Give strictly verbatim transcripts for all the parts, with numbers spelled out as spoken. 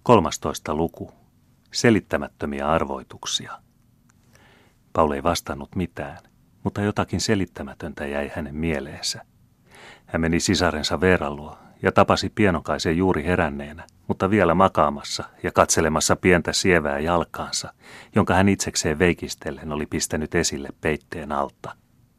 kolmastoista luku. Selittämättömiä arvoituksia. Paul ei vastannut mitään, mutta jotakin selittämätöntä jäi hänen mieleensä. Hän meni sisarensa Veeran luo ja tapasi pienokaisen juuri heränneenä, mutta vielä makaamassa ja katselemassa pientä sievää jalkaansa, jonka hän itsekseen veikistellen oli pistänyt esille peitteen alta.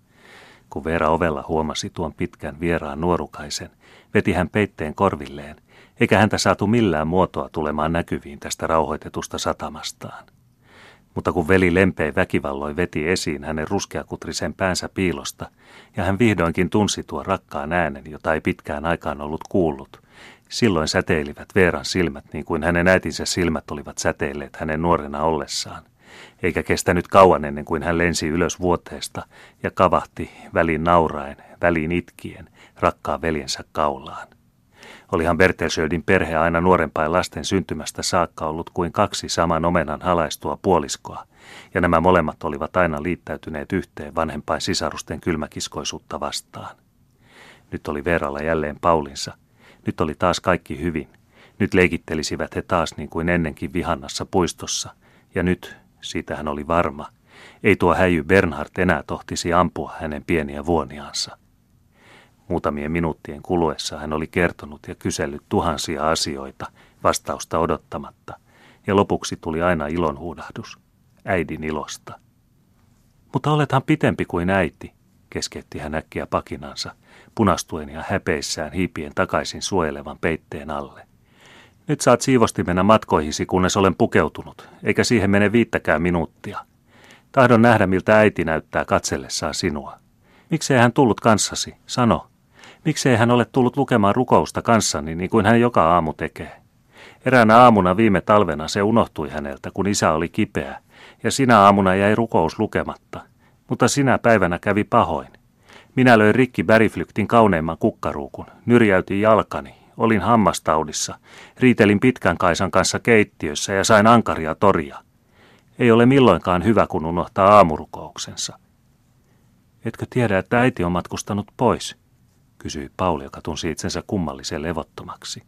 Kun Veera ovella huomasi tuon pitkän vieraan nuorukaisen, veti hän peitteen korvilleen, eikä häntä saatu millään muotoa tulemaan näkyviin tästä rauhoitetusta satamastaan. Mutta kun veli lempein väkivalloi veti esiin hänen ruskeakutrisen päänsä piilosta, ja hän vihdoinkin tunsi tuon rakkaan äänen, jota ei pitkään aikaan ollut kuullut, silloin säteilivät Veeran silmät niin kuin hänen äitinsä silmät olivat säteilleet hänen nuorena ollessaan. Eikä kestänyt kauan ennen kuin hän lensi ylös vuoteesta ja kavahti väliin nauraen, väliin itkien, rakkaan veljensä kaulaan. Olihan Bertelsöldin perhe aina nuorempain lasten syntymästä saakka ollut kuin kaksi saman omenan halaistua puoliskoa, ja nämä molemmat olivat aina liittäytyneet yhteen vanhempain sisarusten kylmäkiskoisuutta vastaan. Nyt oli Veeralla jälleen Paulinsa. Nyt oli taas kaikki hyvin. Nyt leikittelisivät he taas niin kuin ennenkin vihannassa puistossa, ja nyt, siitä hän oli varma, ei tuo häijy Bernhard enää tohtisi ampua hänen pieniä vuoniansa. Muutamien minuuttien kuluessa hän oli kertonut ja kysellyt tuhansia asioita vastausta odottamatta, ja lopuksi tuli aina ilonhuudahdus, äidin ilosta. Mutta olethan pitempi kuin äiti, keskeytti hän äkkiä pakinansa, punastuen ja häpeissään hiipien takaisin suojelevan peitteen alle. Nyt saat siivosti mennä matkoihisi, kunnes olen pukeutunut, eikä siihen mene viittäkään minuuttia. Tahdon nähdä, miltä äiti näyttää katsellessaan sinua. Miksei hän tullut kanssasi? Sano. Miksei hän ole tullut lukemaan rukousta kanssani, niin kuin hän joka aamu tekee? Eräänä aamuna viime talvena se unohtui häneltä, kun isä oli kipeä, ja sinä aamuna jäi rukous lukematta. Mutta sinä päivänä kävi pahoin. Minä löin rikki Beriflyktin kauneimman kukkaruukun, nyrjäytin jalkani, olin hammastaudissa, riitelin pitkän Kaisan kanssa keittiössä ja sain ankaria toria. Ei ole milloinkaan hyvä, kun unohtaa aamurukouksensa. Etkö tiedä, että äiti on matkustanut pois? Kysyi Paul, joka tunsi itsensä kummallisen levottomaksi.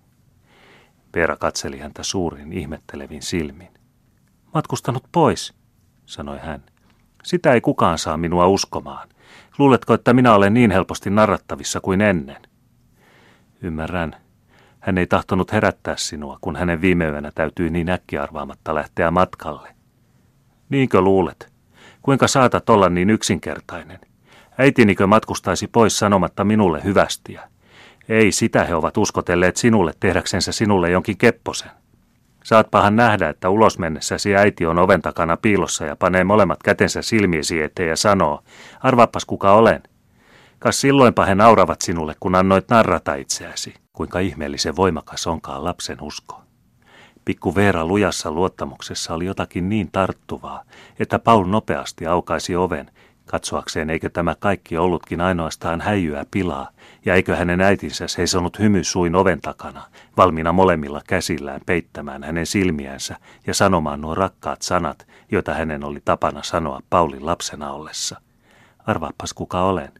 Veera katseli häntä suurin ihmettelevin silmin. Matkustanut pois, sanoi hän. Sitä ei kukaan saa minua uskomaan. Luuletko, että minä olen niin helposti narrattavissa kuin ennen? Ymmärrän. Hän ei tahtonut herättää sinua, kun hänen viime yönä täytyi niin äkkiarvaamatta lähteä matkalle. Niinkö luulet? Kuinka saatat olla niin yksinkertainen? Äitinikö matkustaisi pois sanomatta minulle hyvästiä? Ei, sitä he ovat uskotelleet sinulle tehdäksensä sinulle jonkin kepposen. Saatpahan nähdä, että ulos mennessäsi äiti on oven takana piilossa ja panee molemmat kätensä silmiesi eteen ja sanoo, arvaapas kuka olen. Kas silloinpa he nauravat sinulle, kun annoit narrata itseäsi. Kuinka ihmeellisen voimakas onkaan lapsen usko. Pikku Veera lujassa luottamuksessa oli jotakin niin tarttuvaa, että Paul nopeasti aukaisi oven, katsoakseen eikö tämä kaikki ollutkin ainoastaan häijyä pilaa, ja eikö hänen äitinsä seisonut hymy suin oven takana, valmiina molemmilla käsillään peittämään hänen silmiänsä ja sanomaan nuo rakkaat sanat, joita hänen oli tapana sanoa Paulin lapsena ollessa. Arvaappas kuka olen.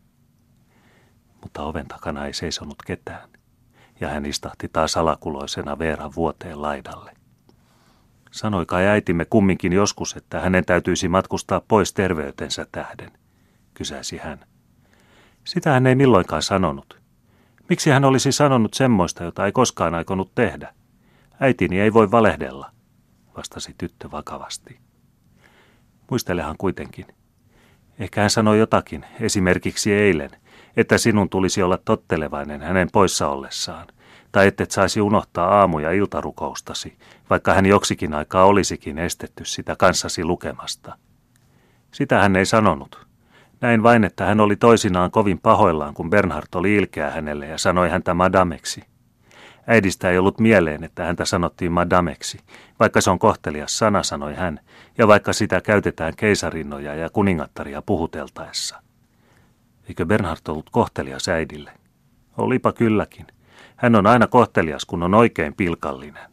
Mutta oven takana ei seisonut ketään, ja hän istahti taas alakuloisena Veeran vuoteen laidalle. Sanoi kai äitimme kumminkin joskus, että hänen täytyisi matkustaa pois terveytensä tähden, kysäisi hän. Sitä hän ei milloinkaan sanonut. Miksi hän olisi sanonut semmoista, jota ei koskaan aikonut tehdä? Äitini ei voi valehdella, vastasi tyttö vakavasti. Muistelehan kuitenkin. Ehkä hän sanoi jotakin, esimerkiksi eilen, että sinun tulisi olla tottelevainen hänen poissa ollessaan, tai ettet saisi unohtaa aamu- ja iltarukoustasi, vaikka hän joksikin aikaa olisikin estetty sitä kanssasi lukemasta. Sitä hän ei sanonut. Näin vain, että hän oli toisinaan kovin pahoillaan, kun Bernhard oli ilkeä hänelle ja sanoi häntä madameksi. Äidistä ei ollut mieleen, että häntä sanottiin madameksi, vaikka se on kohtelias sana, sanoi hän, ja vaikka sitä käytetään keisarinnoja ja kuningattaria puhuteltaessa. Eikö Bernhard ollut kohtelias äidille? Olipa kylläkin. Hän on aina kohtelias, kun on oikein pilkallinen.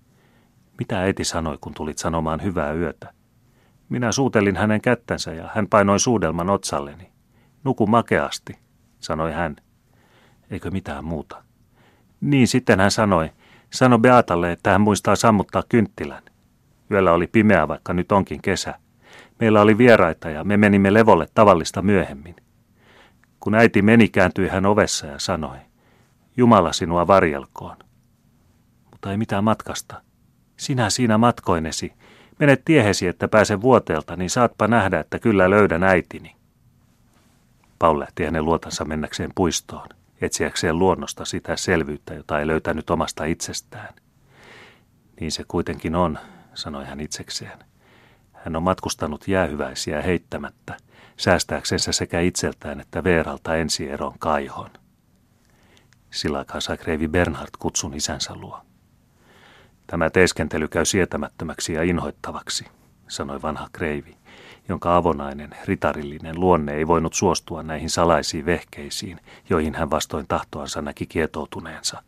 Mitä äiti sanoi, kun tulit sanomaan hyvää yötä? Minä suutelin hänen kättänsä ja hän painoi suudelman otsalleni. Nuku makeasti, sanoi hän. Eikö mitään muuta? Niin sitten hän sanoi, Sano Beatalle, että hän muistaa sammuttaa kynttilän. Yöllä oli pimeä, vaikka nyt onkin kesä. Meillä oli vieraita ja me menimme levolle tavallista myöhemmin. Kun äiti meni, kääntyi hän ovessa ja sanoi, Jumala sinua varjelkoon. Mutta ei mitään matkasta. Sinä siinä matkoinesi. Menet tiehesi, että pääsen vuoteelta, niin saatpa nähdä, että kyllä löydän äitini. Paul lähti hänen luotansa mennäkseen puistoon, etsiäkseen luonnosta sitä selvyyttä, jota ei löytänyt omasta itsestään. Niin se kuitenkin on, sanoi hän itsekseen. Hän on matkustanut jäähyväisiä heittämättä, säästääksensä sekä itseltään että Veeralta ensieron kaihon. Sillä aikaa sai kreivi Bernhard kutsun isänsä luo. Tämä teeskentely käy sietämättömäksi ja inhoittavaksi, sanoi vanha kreivi, jonka avonainen, ritarillinen luonne ei voinut suostua näihin salaisiin vehkeisiin, joihin hän vastoin tahtoansa näki kietoutuneensa.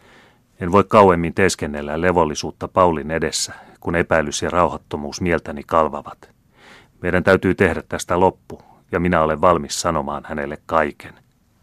En voi kauemmin teeskennellä levollisuutta Paulin edessä, kun epäilys ja rauhattomuus mieltäni kalvavat. Meidän täytyy tehdä tästä loppu, ja minä olen valmis sanomaan hänelle kaiken.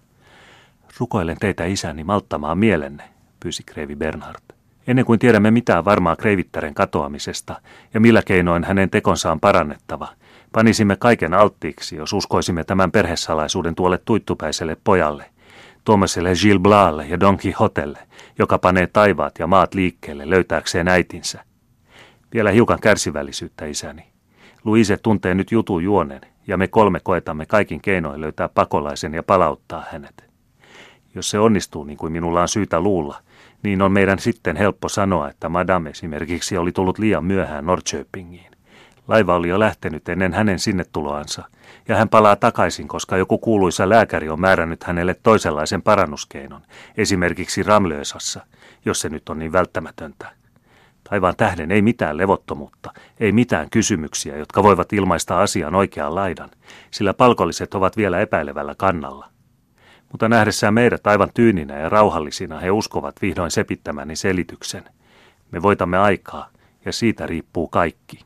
Rukoilen teitä isäni malttamaan mielenne, pyysi kreivi Bernhard. Ennen kuin tiedämme mitään varmaa kreivittären katoamisesta ja millä keinoin hänen tekonsa on parannettava, panisimme kaiken alttiiksi, jos uskoisimme tämän perhesalaisuuden tuolle tuittupäiselle pojalle, tuommoiselle Gilles Blalle ja Don Quixotelle, joka panee taivaat ja maat liikkeelle löytääkseen äitinsä. Vielä hiukan kärsivällisyyttä, isäni. Louise tuntee nyt jutun juonen, ja me kolme koetamme kaikin keinoin löytää pakolaisen ja palauttaa hänet. Jos se onnistuu niin kuin minulla on syytä luulla, niin on meidän sitten helppo sanoa, että Madame esimerkiksi oli tullut liian myöhään Norrköpingiin. Laiva oli jo lähtenyt ennen hänen sinne tuloansa, ja hän palaa takaisin, koska joku kuuluisa lääkäri on määrännyt hänelle toisenlaisen parannuskeinon, esimerkiksi Ramlösassa, jos se nyt on niin välttämätöntä. Taivaan tähden ei mitään levottomuutta, ei mitään kysymyksiä, jotka voivat ilmaista asian oikean laidan, sillä palkolliset ovat vielä epäilevällä kannalla. Mutta nähdessään meidät aivan tyyninä ja rauhallisina he uskovat vihdoin sepittämäni selityksen. Me voitamme aikaa, ja siitä riippuu kaikki.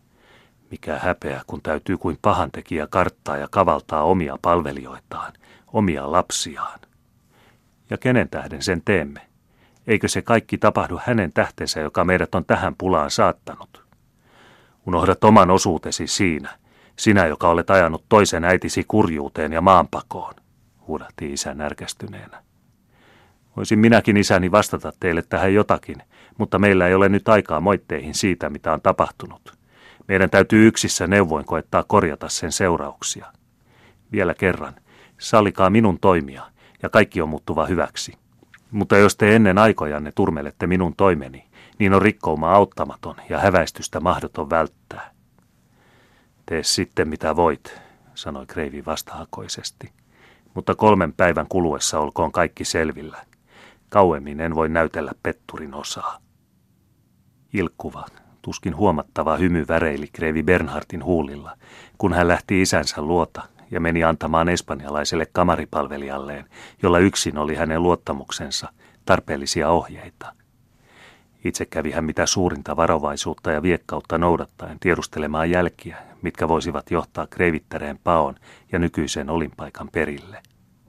Mikä häpeä, kun täytyy kuin pahantekijä karttaa ja kavaltaa omia palvelijoitaan, omia lapsiaan. Ja kenen tähden sen teemme? Eikö se kaikki tapahdu hänen tähtensä, joka meidät on tähän pulaan saattanut? Unohdat oman osuutesi siinä, sinä, joka olet ajanut toisen äitisi kurjuuteen ja maanpakoon, huudahti isä närkästyneenä. Voisin minäkin isäni vastata teille tähän jotakin, mutta meillä ei ole nyt aikaa moitteihin siitä, mitä on tapahtunut. Meidän täytyy yksissä neuvoin koettaa korjata sen seurauksia. Vielä kerran, sallikaa minun toimia, ja kaikki on muuttuva hyväksi. Mutta jos te ennen aikojanne turmelette minun toimeni, niin on rikkouma auttamaton ja häväistystä mahdoton välttää. Tee sitten mitä voit, sanoi kreivi vastahakoisesti. Mutta kolmen päivän kuluessa olkoon kaikki selvillä. Kauemmin en voi näytellä petturin osaa. Ilkkuva, tuskin huomattava hymy väreili kreivi Bernhardin huulilla, kun hän lähti isänsä luota ja meni antamaan espanjalaiselle kamaripalvelijalleen, jolla yksin oli hänen luottamuksensa, tarpeellisia ohjeita. Itse kävi hän mitä suurinta varovaisuutta ja viekkautta noudattaen tiedustelemaan jälkiä, mitkä voisivat johtaa kreivittäreen paon ja nykyisen olinpaikan perille.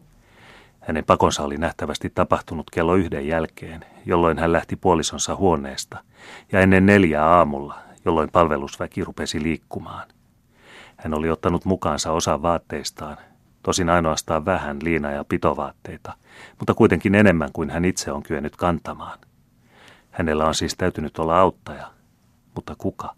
Hänen pakonsa oli nähtävästi tapahtunut kello yhden jälkeen, jolloin hän lähti puolisonsa huoneesta, ja ennen neljää aamulla, jolloin palvelusväki rupesi liikkumaan. Hän oli ottanut mukaansa osan vaatteistaan, tosin ainoastaan vähän liina- ja pitovaatteita, mutta kuitenkin enemmän kuin hän itse on kyennyt kantamaan. Hänellä on siis täytynyt olla auttaja, mutta kuka?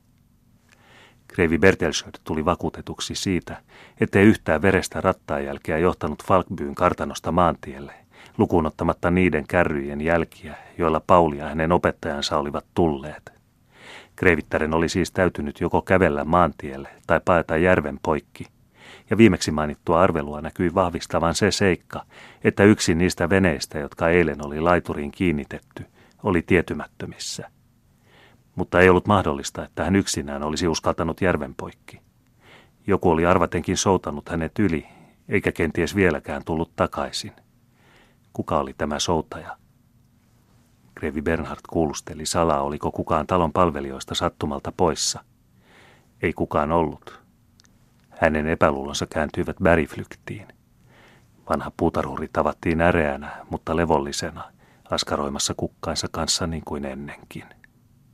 Kreivi Bertelschöd tuli vakuutetuksi siitä, ettei yhtään verestä rattaanjälkeä johtanut Falkbyn kartanosta maantielle, lukuun ottamatta niiden kärryjen jälkiä, joilla Pauli ja hänen opettajansa olivat tulleet. Kreivittären oli siis täytynyt joko kävellä maantielle tai paeta järven poikki, ja viimeksi mainittua arvelua näkyi vahvistavan se seikka, että yksi niistä veneistä, jotka eilen oli laituriin kiinnitetty, oli tietymättömissä. Mutta ei ollut mahdollista, että hän yksinään olisi uskaltanut järven poikki. Joku oli arvatenkin soutanut hänet yli, eikä kenties vieläkään tullut takaisin. Kuka oli tämä soutaja? Kreivi Bernhard kuulusteli salaa, oliko kukaan talon palvelijoista sattumalta poissa. Ei kukaan ollut. Hänen epäluulonsa kääntyivät Bergflyktiin. Vanha puutarhuri tavattiin äreänä, mutta levollisena, askaroimassa kukkainsa kanssa niin kuin ennenkin.